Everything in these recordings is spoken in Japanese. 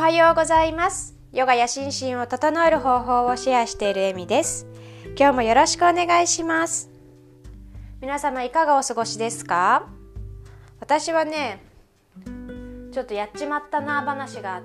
はようございます。ヨガや心身を整える方法をシェアしているエミです。今日もよろしくお願いします。皆様いかがお過ごしですか？私はね、ちょっとやっちまったな話があって、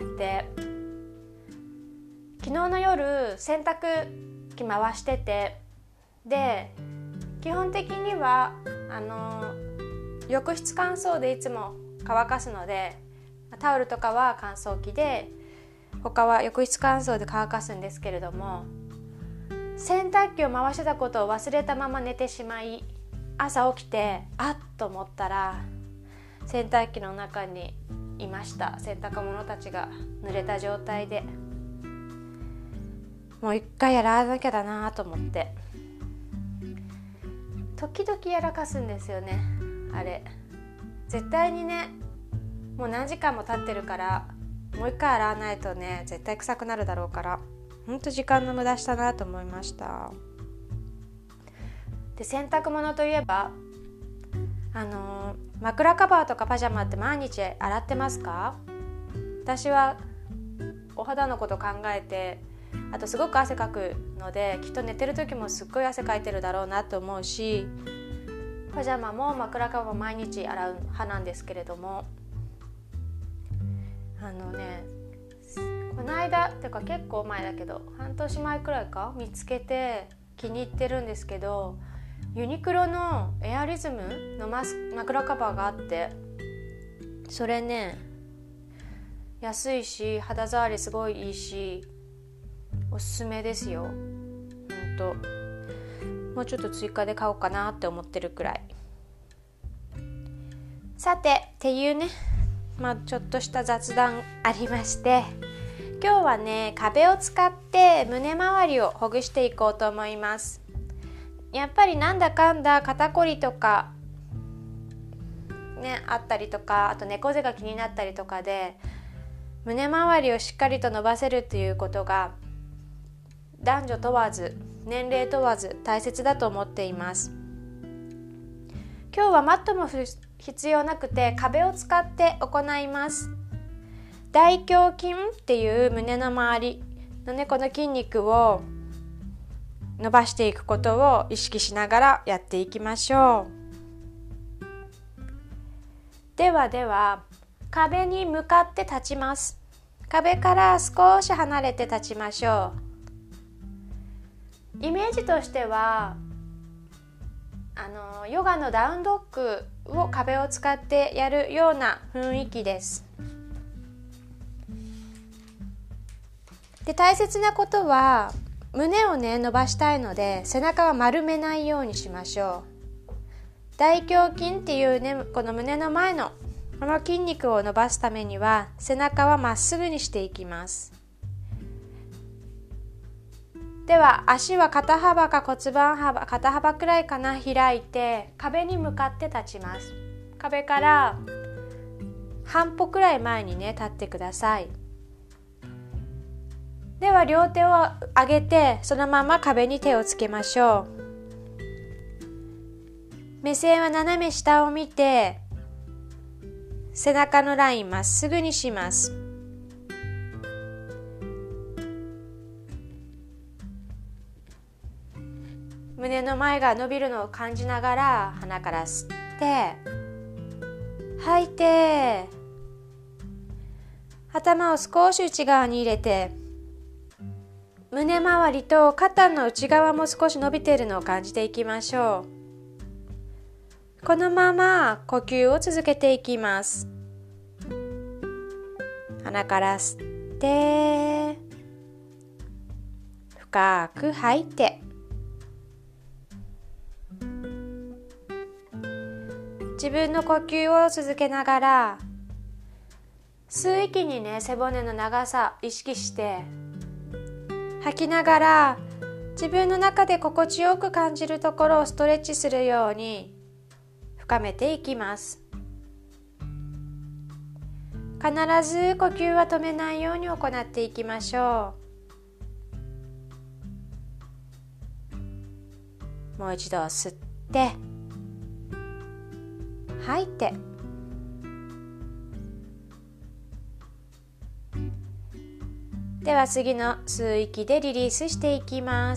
昨日の夜洗濯機回してて、で基本的には浴室乾燥でいつも乾かすので、タオルとかは乾燥機で、他は浴室乾燥で乾かすんですけれども、洗濯機を回してたことを忘れたまま寝てしまい、朝起きてあっと思ったら洗濯機の中にいました。洗濯物たちが濡れた状態で、もう一回やらなきゃだなと思って、時々やらかすんですよね。あれ絶対にね、もう何時間も経ってるからもう一回洗わないとね、絶対臭くなるだろうから、ほんと時間の無駄したなと思いました。で、洗濯物といえば枕カバーとかパジャマって毎日洗ってますか？私はお肌のこと考えて、あとすごく汗かくので、きっと寝てる時もすっごい汗かいてるだろうなと思うし、パジャマも枕カバーも毎日洗う派なんですけれども、この間っていうか結構前だけど、半年前くらいか見つけて気に入ってるんですけど、ユニクロのエアリズムの枕カバーがあって、それね安いし肌触りすごいいいしおすすめですよ。もうちょっと追加で買おうかなって思ってるくらい。さてっていうね、ちょっとした雑談ありまして、今日はね、壁を使って胸周りをほぐしていこうと思います。やっぱりなんだかんだ肩こりとかねあったりとか、あと猫背が気になったりとかで、胸周りをしっかりと伸ばせるっていうことが男女問わず年齢問わず大切だと思っています。今日はマットも必要なくて、壁を使って行います。大胸筋っていう胸の周りのね、この筋肉を伸ばしていくことを意識しながらやっていきましょう。では壁に向かって立ちます。壁から少し離れて立ちましょう。イメージとしてはヨガのダウンドッグを壁を使ってやるような雰囲気です。で、大切なことは胸をね伸ばしたいので、背中は丸めないようにしましょう。大胸筋っていうね、この胸の前のこの筋肉を伸ばすためには、背中はまっすぐにしていきます。では足は肩幅か骨盤幅、肩幅くらいかな、開いて壁に向かって立ちます。壁から半歩くらい前にね立ってください。では両手を上げて、そのまま壁に手をつけましょう。目線は斜め下を見て、背中のラインまっすぐにします。胸の前が伸びるのを感じながら、鼻から吸って吐いて、頭を少し内側に入れて、胸周りと肩の内側も少し伸びているのを感じていきましょう。このまま呼吸を続けていきます。鼻から吸って、深く吐いて、自分の呼吸を続けながら、吸う息にね背骨の長さ意識して、吐きながら自分の中で心地よく感じるところをストレッチするように深めていきます。必ず呼吸は止めないように行っていきましょう。もう一度吸って吐いて、 では次の吸う息でリリースしていきます。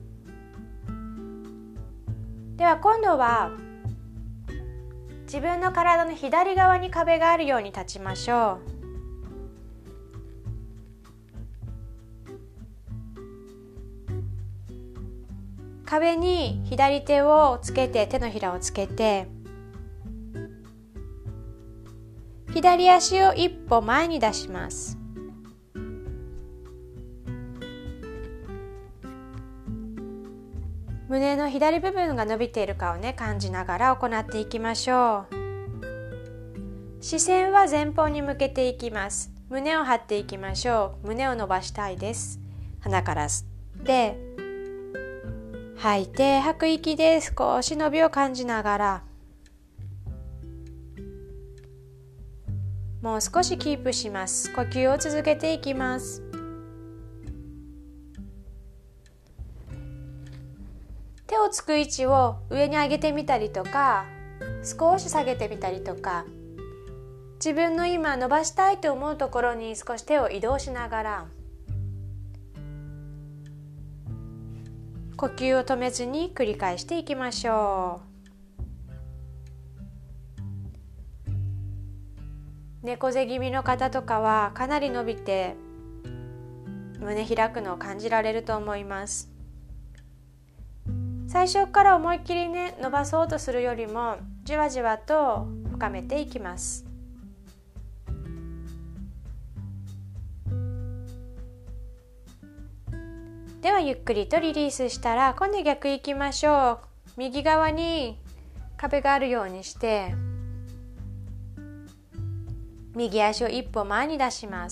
では今度は自分の体の左側に壁があるように立ちましょう。壁に左手をつけて、手のひらをつけて、左足を一歩前に出します。胸の左部分が伸びているかをね、感じながら行っていきましょう。視線は前方に向けていきます。胸を張っていきましょう。胸を伸ばしたいです。鼻から吸って吐いて、吐く息で少し伸びを感じながら、もう少しキープします。呼吸を続けていきます。手をつく位置を上に上げてみたりとか、少し下げてみたりとか、自分の今伸ばしたいと思うところに少し手を移動しながら、呼吸を止めずに繰り返していきましょう。猫背気味の方とかはかなり伸びて胸開くのを感じられると思います。最初から思いっきりね、伸ばそうとするよりもじわじわと深めていきます。ではゆっくりとリリースしたら、今度逆行きましょう。右側に壁があるようにして右足を一歩前に出します。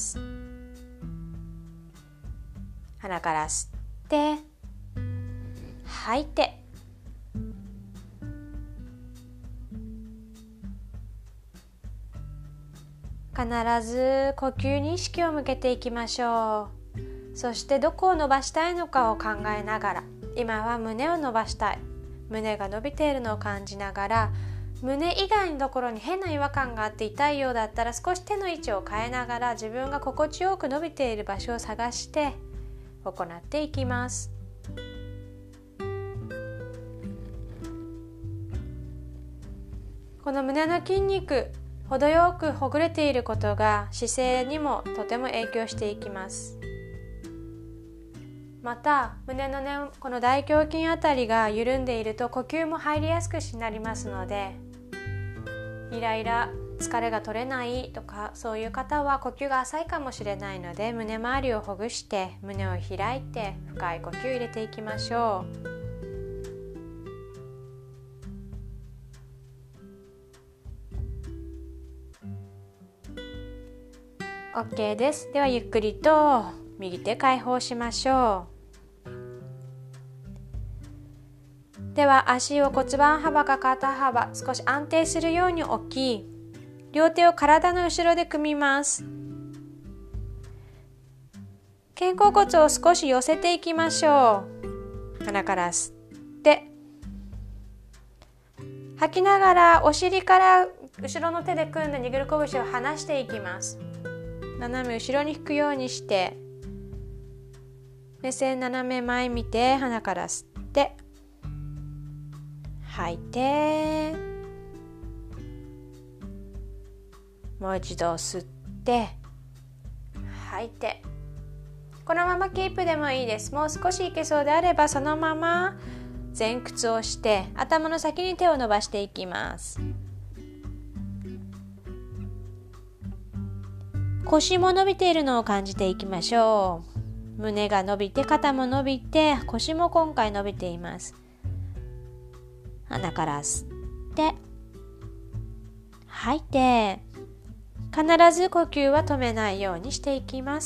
鼻から吸って吐いて、必ず呼吸に意識を向けていきましょう。そしてどこを伸ばしたいのかを考えながら、今は胸を伸ばしたい、胸が伸びているのを感じながら、胸以外のところに変な違和感があって痛いようだったら、少し手の位置を変えながら自分が心地よく伸びている場所を探して行っていきます。この胸の筋肉、程よくほぐれていることが姿勢にもとても影響していきます。また胸のね、この大胸筋あたりが緩んでいると呼吸も入りやすくなりますので、イライラ、疲れが取れないとか、そういう方は呼吸が浅いかもしれないので、胸周りをほぐして胸を開いて深い呼吸を入れていきましょう。 OK です。ではゆっくりと右手解放しましょう。では足を骨盤幅か肩幅、少し安定するように置き、両手を体の後ろで組みます。肩甲骨を少し寄せていきましょう。鼻から吸って吐きながら、お尻から後ろの手で組んで握る拳を離していきます。斜め後ろに引くようにして、目線斜め前見て、鼻から吸って吐いて、もう一度吸って吐いて、このままキープでもいいです。もう少しいけそうであればそのまま前屈をして頭の先に手を伸ばしていきます。腰も伸びているのを感じていきましょう。胸が伸びて、肩も伸びて、腰も今回伸びています。鼻から吸って吐いて、必ず呼吸は止めないようにしていきます。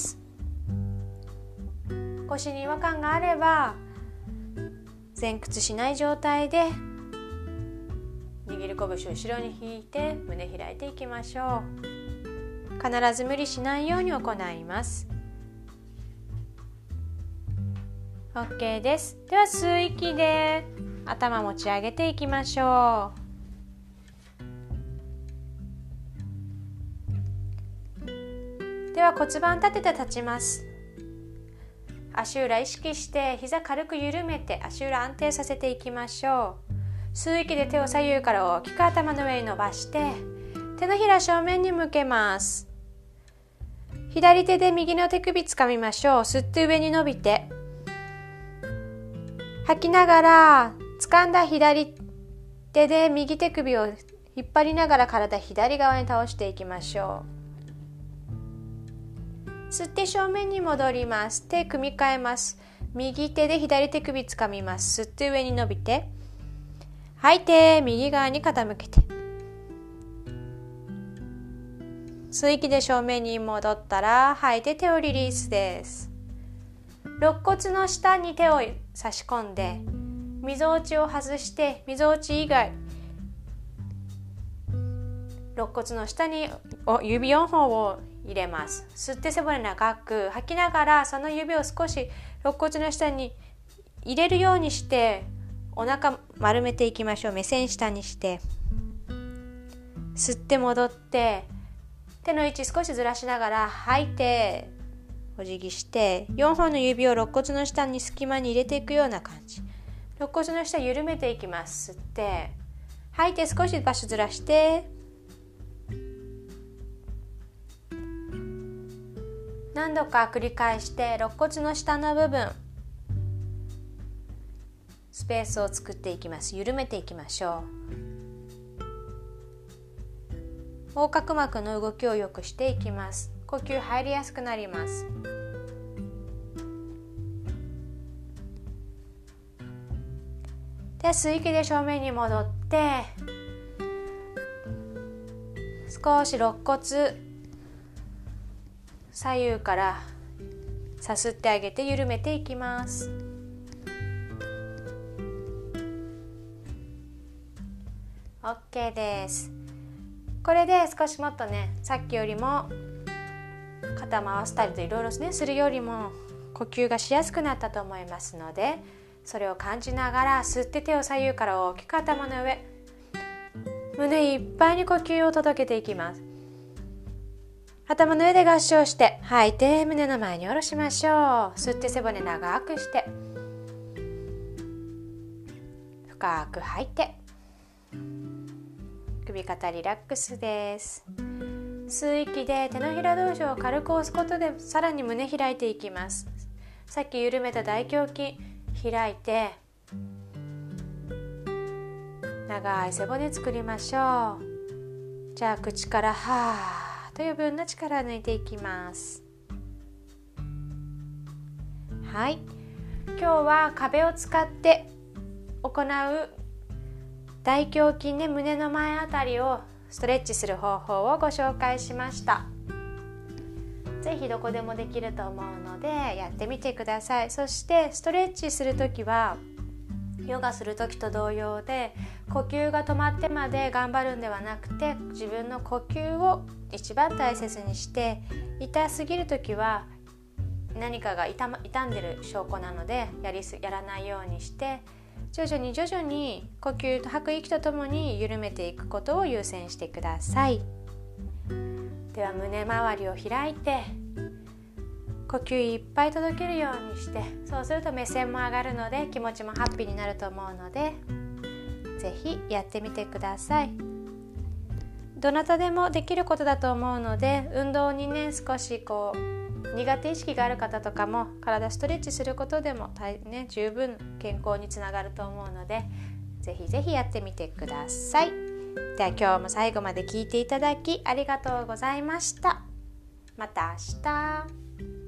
腰に違和感があれば前屈しない状態で握る拳を後ろに引いて胸開いていきましょう。必ず無理しないように行います。 OK です。では吸う息で頭持ち上げていきましょう。では骨盤立てて立ちます。 足裏意識して膝軽く緩めて足裏安定させていきましょう。吸う息で手を左右から大きく頭の上に伸ばして手のひら正面に向けます。左手で右の手首つかみましょう。吸って上に伸びて吐きながら掴んだ左手で右手首を引っ張りながら体左側に倒していきましょう。吸って正面に戻ります。手組み替えます。右手で左手首つかみます。吸って上に伸びて吐いて右側に傾けて、吸う息で正面に戻ったら吐いて手をリリースです。肋骨の下に手を差し込んでみぞおちを外してみぞおち以外肋骨の下に指4本を入れます。吸って背骨長く吐きながらその指を少し肋骨の下に入れるようにしてお腹丸めていきましょう。目線下にして吸って戻って手の位置少しずらしながら吐いてお辞儀して4本の指を肋骨の下に隙間に入れていくような感じ。肋骨の下緩めていきます。吸って吐いて少し場所ずらして何度か繰り返して肋骨の下の部分スペースを作っていきます。緩めていきましょう。横隔膜の動きを良くしていきます。呼吸入りやすくなります。で、吸う息で正面に戻って少し肋骨左右からさすってあげて緩めていきます。OK です。これで少しもっとね、さっきよりも肩回したりといろいろねするよりも呼吸がしやすくなったと思いますので、それを感じながら吸って手を左右から大きく頭の上、胸いっぱいに呼吸を届けていきます。頭の上で合掌して吐いて胸の前に下ろしましょう。吸って背骨長くして深く吐いて首肩リラックスです。吸う息で手のひら同士を軽く押すことでさらに胸開いていきます。さっき緩めた大胸筋開いて長い背骨作りましょう。じゃあ口からはーと余分な力を抜いていきます。はい、今日は壁を使って行う大胸筋で胸の前あたりをストレッチする方法をご紹介しました。ぜひどこでもできると思うのでやってみてください。そしてストレッチするときはヨガするときと同様で呼吸が止まってまで頑張るんではなくて、自分の呼吸を一番大切にして、痛すぎるときは何かが傷んでる証拠なのでやらないようにして徐々に呼吸と吐く息とともに緩めていくことを優先してください。では胸周りを開いて呼吸いっぱい届けるようにして、そうすると目線も上がるので気持ちもハッピーになると思うので、ぜひやってみてください。どなたでもできることだと思うので、運動にね少し苦手意識がある方とかも体ストレッチすることでも十分健康につながると思うので、ぜひやってみてください。では今日も最後まで聞いていただきありがとうございました。また明日。